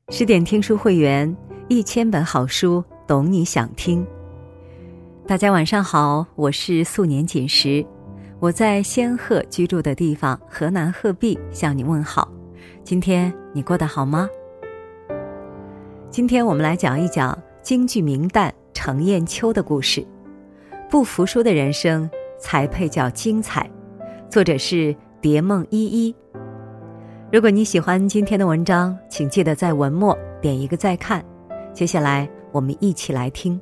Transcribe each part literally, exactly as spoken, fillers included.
十点听书会员，一千本好书，懂你想听。大家晚上好，我是素年锦时，我在仙鹤居住的地方河南鹤壁向你问好。今天你过得好吗？今天我们来讲一讲京剧名旦程砚秋的故事。不服输的人生才配叫精彩。作者是蝶梦依依。如果你喜欢今天的文章，请记得在文末点一个再看。接下来我们一起来听。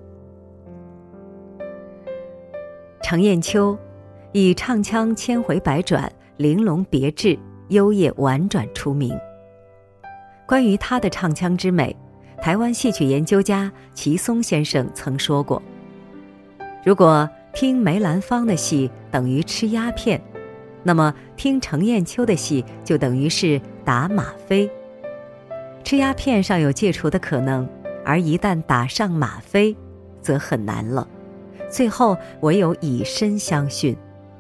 程砚秋以唱腔千回百转、玲珑别致、优雅婉转出名。关于他的唱腔之美，台湾戏曲研究家齐松先生曾说过，如果听梅兰芳的戏等于吃鸦片，那么听程砚秋的戏就等于是打吗啡。吃鸦片尚有戒除的可能，而一旦打上吗啡则很难了，最后唯有以身相殉。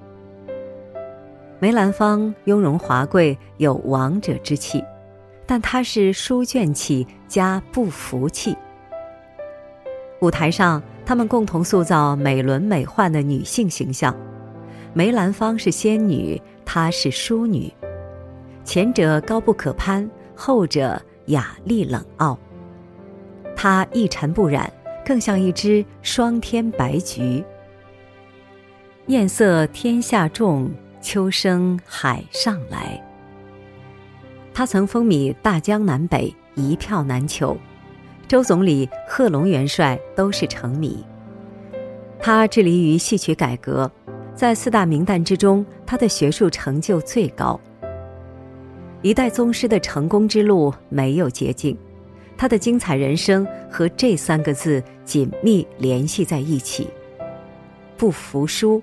梅兰芳雍容华贵，有王者之气，但他是书卷气加不服气。舞台上他们共同塑造美轮美奂的女性形象，梅兰芳是仙女，她是淑女，前者高不可攀，后者雅丽冷傲。她一尘不染，更像一只霜天白菊。艳色天下重，秋生海上来。她曾风靡大江南北，一票难求，周总理、贺龙元帅都是成迷。她致力于戏曲改革，在四大名旦之中，他的学术成就最高。一代宗师的成功之路没有捷径，他的精彩人生和这三个字紧密联系在一起：不服输。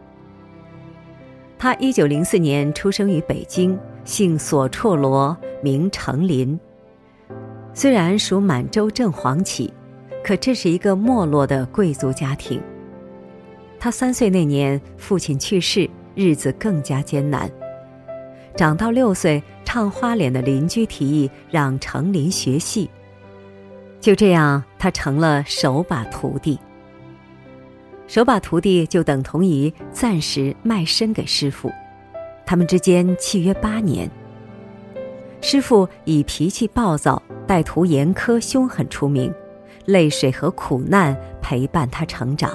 他一九零四年出生于北京，姓索绰罗，名程琳。虽然属满洲正黄旗，可这是一个没落的贵族家庭。他三岁那年，父亲去世，日子更加艰难。长到六岁，唱花脸的邻居提议让程琳学戏，就这样，他成了手把徒弟。手把徒弟就等同于暂时卖身给师傅，他们之间契约八年。师傅以脾气暴躁、带徒严苛凶狠出名，泪水和苦难陪伴他成长。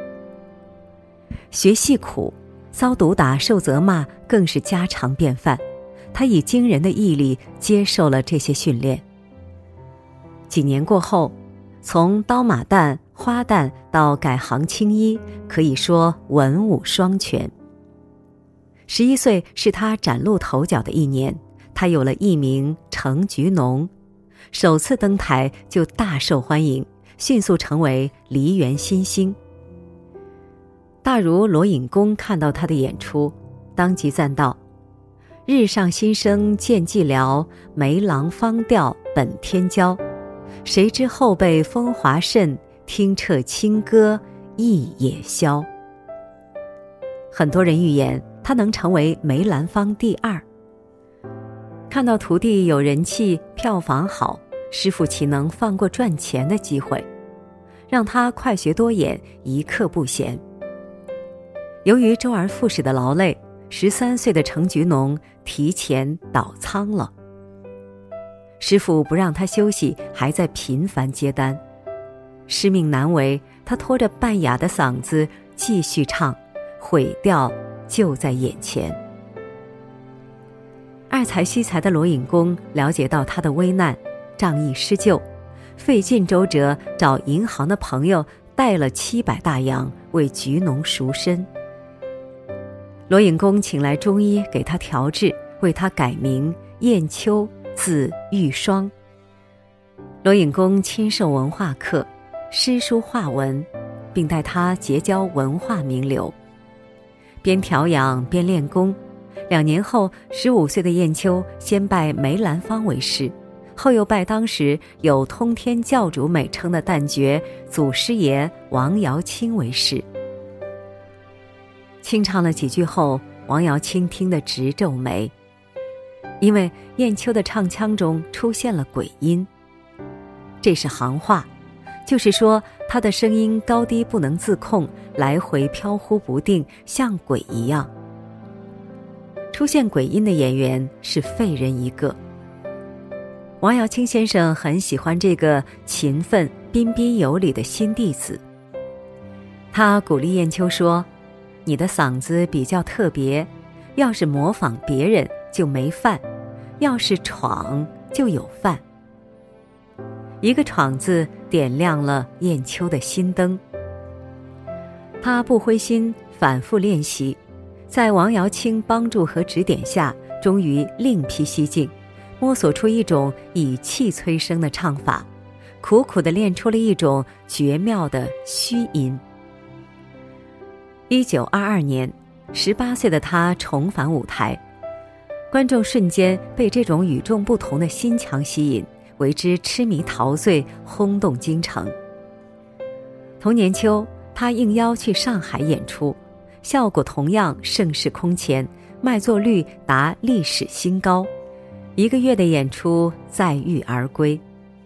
学戏苦，遭毒打受责骂更是家常便饭，他以惊人的毅力接受了这些训练。几年过后，从刀马旦、花旦到改行青衣，可以说文武双全。十一岁是他崭露头角的一年，他有了艺名程菊农，首次登台就大受欢迎，迅速成为梨园新星。大儒罗隐公看到他的演出，当即赞道：日上新生见寂寥，梅郎芳调本天骄。谁知后辈风华甚，听彻清歌意也消。很多人预言他能成为梅兰芳第二。看到徒弟有人气，票房好，师傅岂能放过赚钱的机会，让他快学多演，一刻不闲。由于周而复始的劳累，十三岁的程菊农提前倒仓了。师傅不让他休息，还在频繁接单。师命难违，他拖着半哑的嗓子继续唱，毁掉就在眼前。爱才惜才的罗隐公了解到他的危难，仗义施救，费尽周折找银行的朋友带了七百大洋为菊农赎身。罗隐公请来中医给他调治，为他改名砚秋，字玉霜。罗隐公亲授文化课，诗书画文，并带他结交文化名流。边调养边练功，两年后，十五岁的砚秋先拜梅兰芳为师，后又拜当时有通天教主美称的旦角祖师爷王瑶卿为师。清唱了几句后，王瑶卿听得直皱眉。 因为燕秋的唱腔中出现了鬼音。这是行话，就是说他的声音高低不能自控，来回飘忽不定，像鬼一样。出现鬼音的演员是废人一个。王瑶卿先生很喜欢这个勤奋彬彬有礼的新弟子，他鼓励燕秋说，你的嗓子比较特别，要是模仿别人就没饭，要是闯就有饭。一个闯字点亮了燕秋的心灯。他不灰心，反复练习，在王瑶卿帮助和指点下，终于另辟蹊径，摸索出一种以气催声的唱法，苦苦地练出了一种绝妙的虚音。一九二二年，十八岁的他重返舞台，观众瞬间被这种与众不同的心腔吸引，为之痴迷陶醉，轰动京城。同年秋，他应邀去上海演出，效果同样盛世空前，卖座率达历史新高。一个月的演出载誉而归。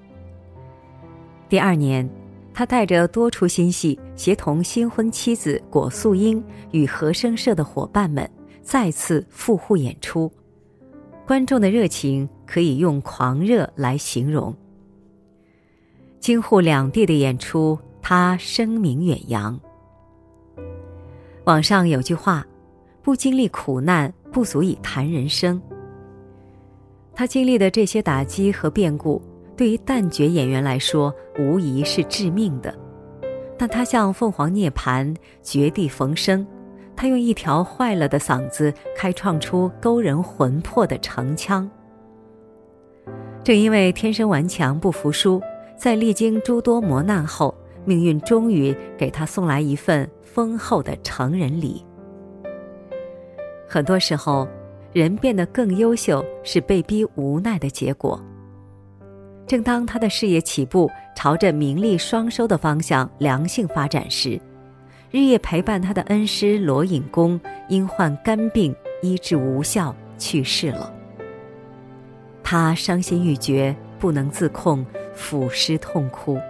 第二年，他带着多出新戏，协同新婚妻子果素英与和声社的伙伴们再次赴沪演出，观众的热情可以用狂热来形容。京沪两地的演出，他声名远扬。网上有句话，不经历苦难，不足以谈人生。他经历的这些打击和变故，对于旦角演员来说无疑是致命的，但他像凤凰涅槃，绝地逢生，他用一条坏了的嗓子开创出勾人魂魄的城腔。正因为天生顽强不服输，在历经诸多磨难后，命运终于给他送来一份丰厚的成人礼。很多时候，人变得更优秀是被逼无奈的结果。正当他的事业起步，朝着名利双收的方向良性发展时，日夜陪伴他的恩师罗隐公因患肝病医治无效去世了。他伤心欲绝，不能自控，俯尸痛哭。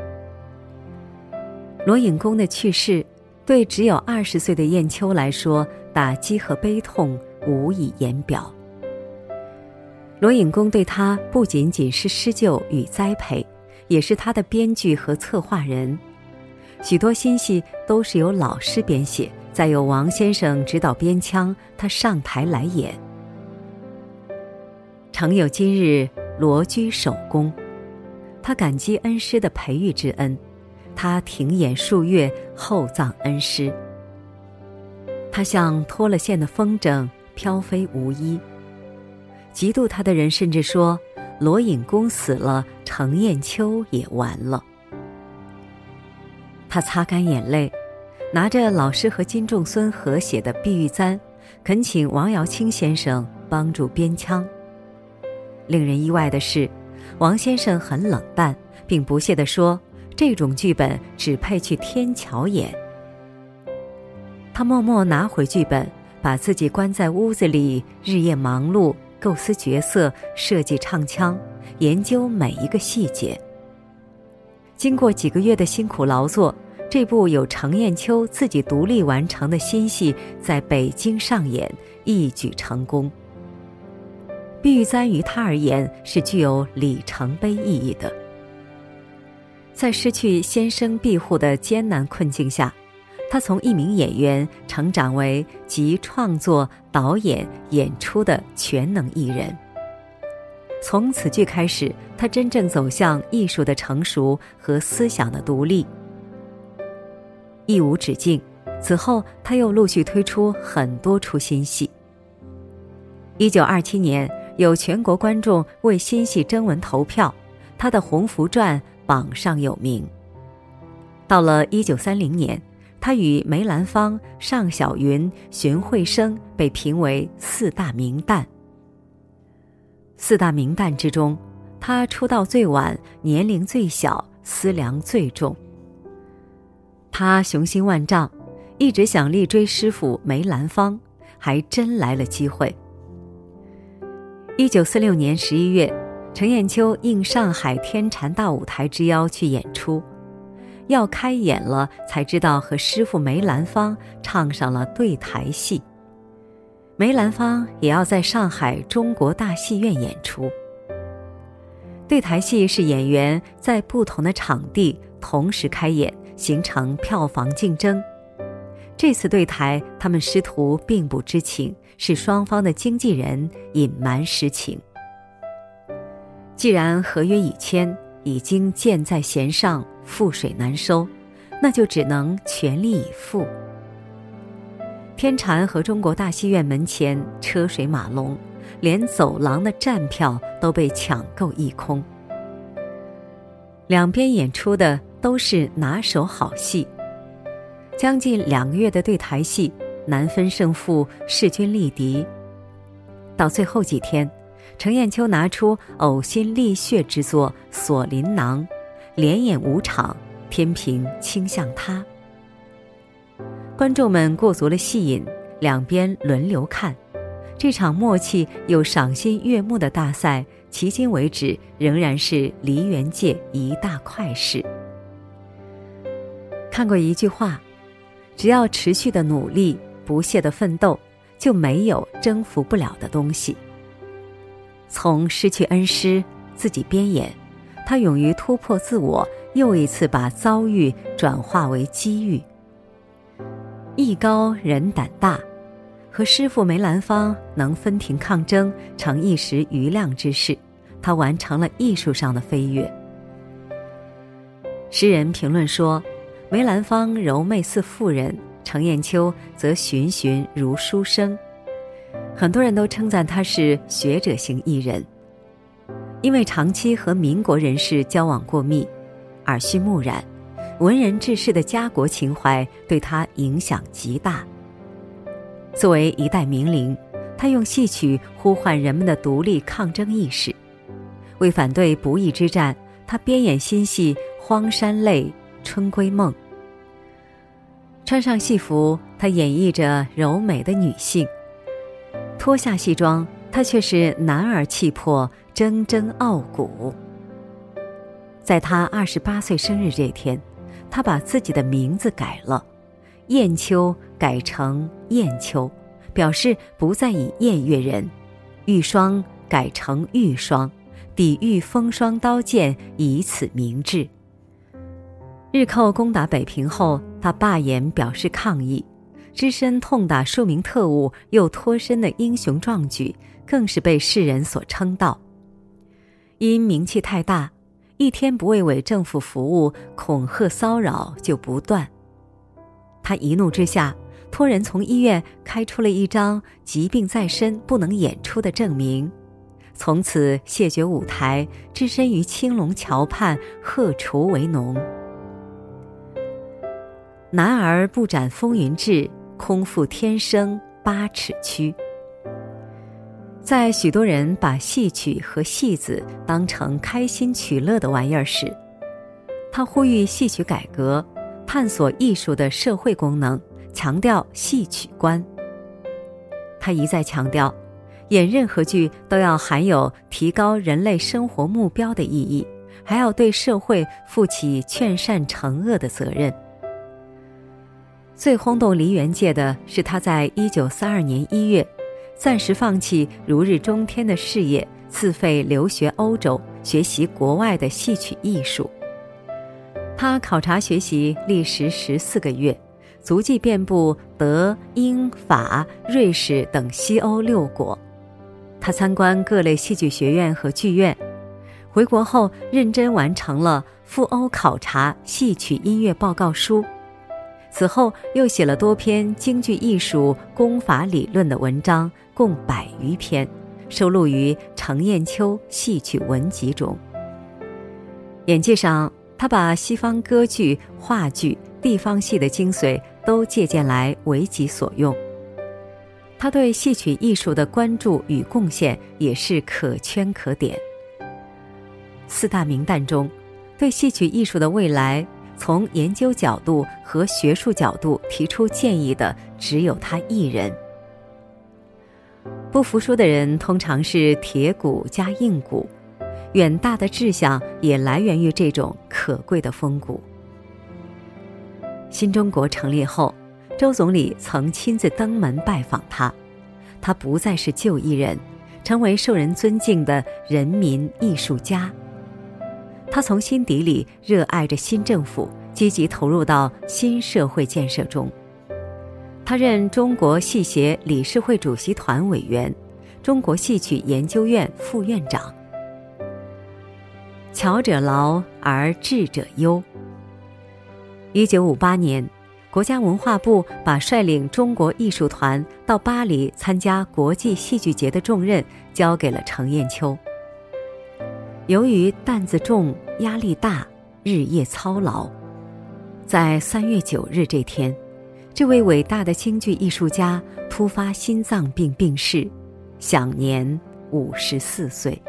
罗隐公的去世对只有二十岁的燕秋来说，打击和悲痛无以言表。罗隐公对他不仅仅是施救与栽培，也是他的编剧和策划人。许多新戏都是由老师编写，再由王先生指导编腔，他上台来演。诚有今日，罗居首功。他感激恩师的培育之恩，他停演数月，厚葬恩师。他像脱了线的风筝，飘飞无依。嫉妒他的人甚至说，罗隐公死了，程砚秋也完了。他擦干眼泪，拿着老师和金仲孙合写的《碧玉簪》，恳请王瑶卿先生帮助编腔。令人意外的是，王先生很冷淡，并不屑地说，这种剧本只配去天桥演。他默默拿回剧本，把自己关在屋子里，日夜忙碌，构思角色，设计唱腔，研究每一个细节。经过几个月的辛苦劳作，这部由程砚秋自己独立完成的新戏在北京上演，一举成功。碧玉簪于他而言是具有里程碑意义的。在失去先生庇护的艰难困境下，他从一名演员成长为集创作、导演、演出的全能艺人。从此剧开始，他真正走向艺术的成熟和思想的独立。一无止境，此后他又陆续推出很多出新戏。一九二七年，有全国观众为新戏征文投票，他的《红拂传》榜上有名。到了一九三零年，他与梅兰芳、尚小云、荀慧生被评为四大名旦。四大名旦之中，他出道最晚，年龄最小，思量最重。他雄心万丈，一直想力追师傅梅兰芳，还真来了机会。 一九四六年十一月，程砚秋应上海天蟾大舞台之邀去演出，要开演了才知道和师傅梅兰芳唱上了对台戏。梅兰芳也要在上海中国大戏院演出。对台戏是演员在不同的场地同时开演，形成票房竞争。这次对台，他们师徒并不知情，是双方的经纪人隐瞒实情。既然合约已签，已经箭在弦上，覆水难收，那就只能全力以赴。天蟾和中国大戏院门前车水马龙，连走廊的站票都被抢购一空。两边演出的都是拿手好戏，将近两个月的对台戏，难分胜负，势均力敌。到最后几天，程砚秋拿出呕心沥血之作《锁麟囊》，连演五场，天平倾向他。观众们过足了戏瘾，两边轮流看。这场默契又赏心悦目的大赛，迄今为止仍然是梨园界一大快事。看过一句话，只要持续的努力，不懈的奋斗，就没有征服不了的东西。从失去恩师，自己编演，他勇于突破自我，又一次把遭遇转化为机遇。艺高人胆大，和师父梅兰芳能分庭抗争，成一时瑜亮之势，他完成了艺术上的飞跃。诗人评论说，梅兰芳柔媚似妇人，程砚秋则循循如书生。很多人都称赞他是学者型艺人，因为长期和民国人士交往过密，耳濡目染，文人志士的家国情怀对他影响极大。作为一代名伶，他用戏曲呼唤人们的独立抗争意识。为反对不义之战，他编演新戏《荒山泪》《春闺梦》。穿上戏服，他演绎着柔美的女性；脱下戏装，他却是男儿气魄，铮铮傲骨。在他二十八岁生日这天，他把自己的名字改了，砚秋改成燕秋，表示不再以燕悦人；玉霜改成玉霜，抵御风霜刀剑，以此明志。日寇攻打北平后，他罢演表示抗议，只身痛打数名特务又脱身的英雄壮举，更是被世人所称道。因名气太大，一天不为伪政府服务，恐吓骚扰就不断。他一怒之下，托人从医院开出了一张疾病在身不能演出的证明，从此谢绝舞台，置身于青龙桥畔，鹤雏为农。男儿不展风云志，空负天生八尺躯。在许多人把戏曲和戏子当成开心取乐的玩意儿时，他呼吁戏曲改革，探索艺术的社会功能，强调戏曲观。他一再强调，演任何剧都要含有提高人类生活目标的意义，还要对社会负起劝善惩恶的责任。最轰动梨园界的是他在一九四二年一月暂时放弃如日中天的事业，自费留学欧洲，学习国外的戏曲艺术。他考察学习历时十四个月，足迹遍布德、英、法、瑞士等西欧六国。他参观各类戏剧学院和剧院，回国后认真完成了赴欧考察戏曲音乐报告书。此后又写了多篇京剧艺术功法理论的文章，共百余篇，收录于程砚秋戏曲文集中。演技上，他把西方歌剧、话剧、地方戏的精髓都借鉴来为己所用。他对戏曲艺术的关注与贡献也是可圈可点。四大名旦中，对戏曲艺术的未来从研究角度和学术角度提出建议的只有他一人。 不服输的人通常是铁骨加硬骨，远大的志向也来源于这种可贵的风骨。新中国成立后，周总理曾亲自登门拜访他，他不再是旧艺人，成为受人尊敬的人民艺术家。他从心底里热爱着新政府，积极投入到新社会建设中。他任中国戏协理事会主席团委员，中国戏曲研究院副院长。巧者劳而智者优。一九五八年，国家文化部把率领中国艺术团到巴黎参加国际戏剧节的重任交给了程砚秋。由于担子重、压力大，日夜操劳，在三月九日这天，这位伟大的京剧艺术家突发心脏病病逝，享年五十四岁。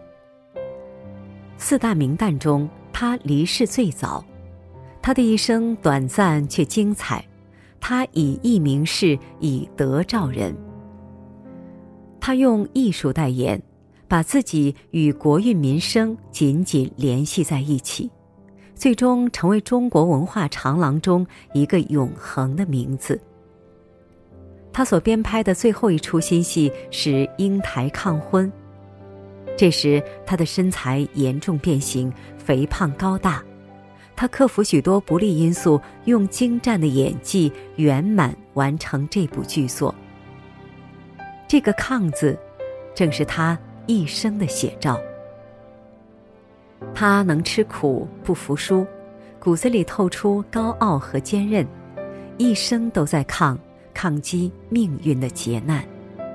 四大名旦中，他离世最早。他的一生短暂却精彩，他以艺名世，以德照人。他用艺术代言，把自己与国运民生紧紧联系在一起，最终成为中国文化长廊中一个永恒的名字。他所编拍的最后一出新戏是《英台抗婚》，这时他的身材严重变形，肥胖高大。他克服许多不利因素，用精湛的演技圆满完成这部剧作。这个抗字正是他一生的写照。他能吃苦不服输，骨子里透出高傲和坚韧，一生都在抗抗击命运的劫难。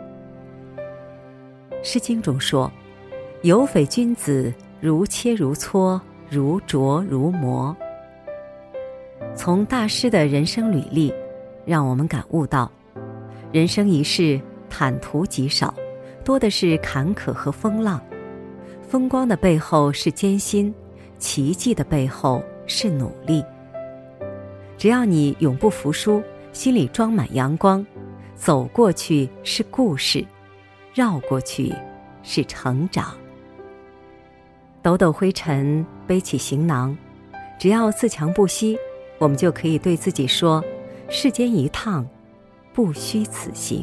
诗经中说，有匪君子，如切如磋，如琢如磨。从大师的人生履历，让我们感悟到，人生一世坦途极少，多的是坎坷和风浪。风光的背后是艰辛，奇迹的背后是努力。只要你永不服输，心里装满阳光，走过去是故事，绕过去是成长。抖抖灰尘，背起行囊，只要自强不息，我们就可以对自己说，世间一趟，不虚此行。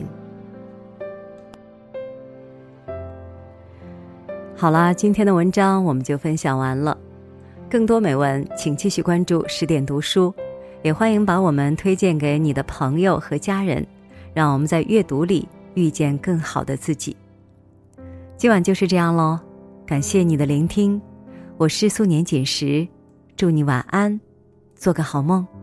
好啦，今天的文章我们就分享完了。更多美文，请继续关注十点读书，也欢迎把我们推荐给你的朋友和家人，让我们在阅读里遇见更好的自己。今晚就是这样咯，感谢你的聆听，我是素年锦时，祝你晚安，做个好梦。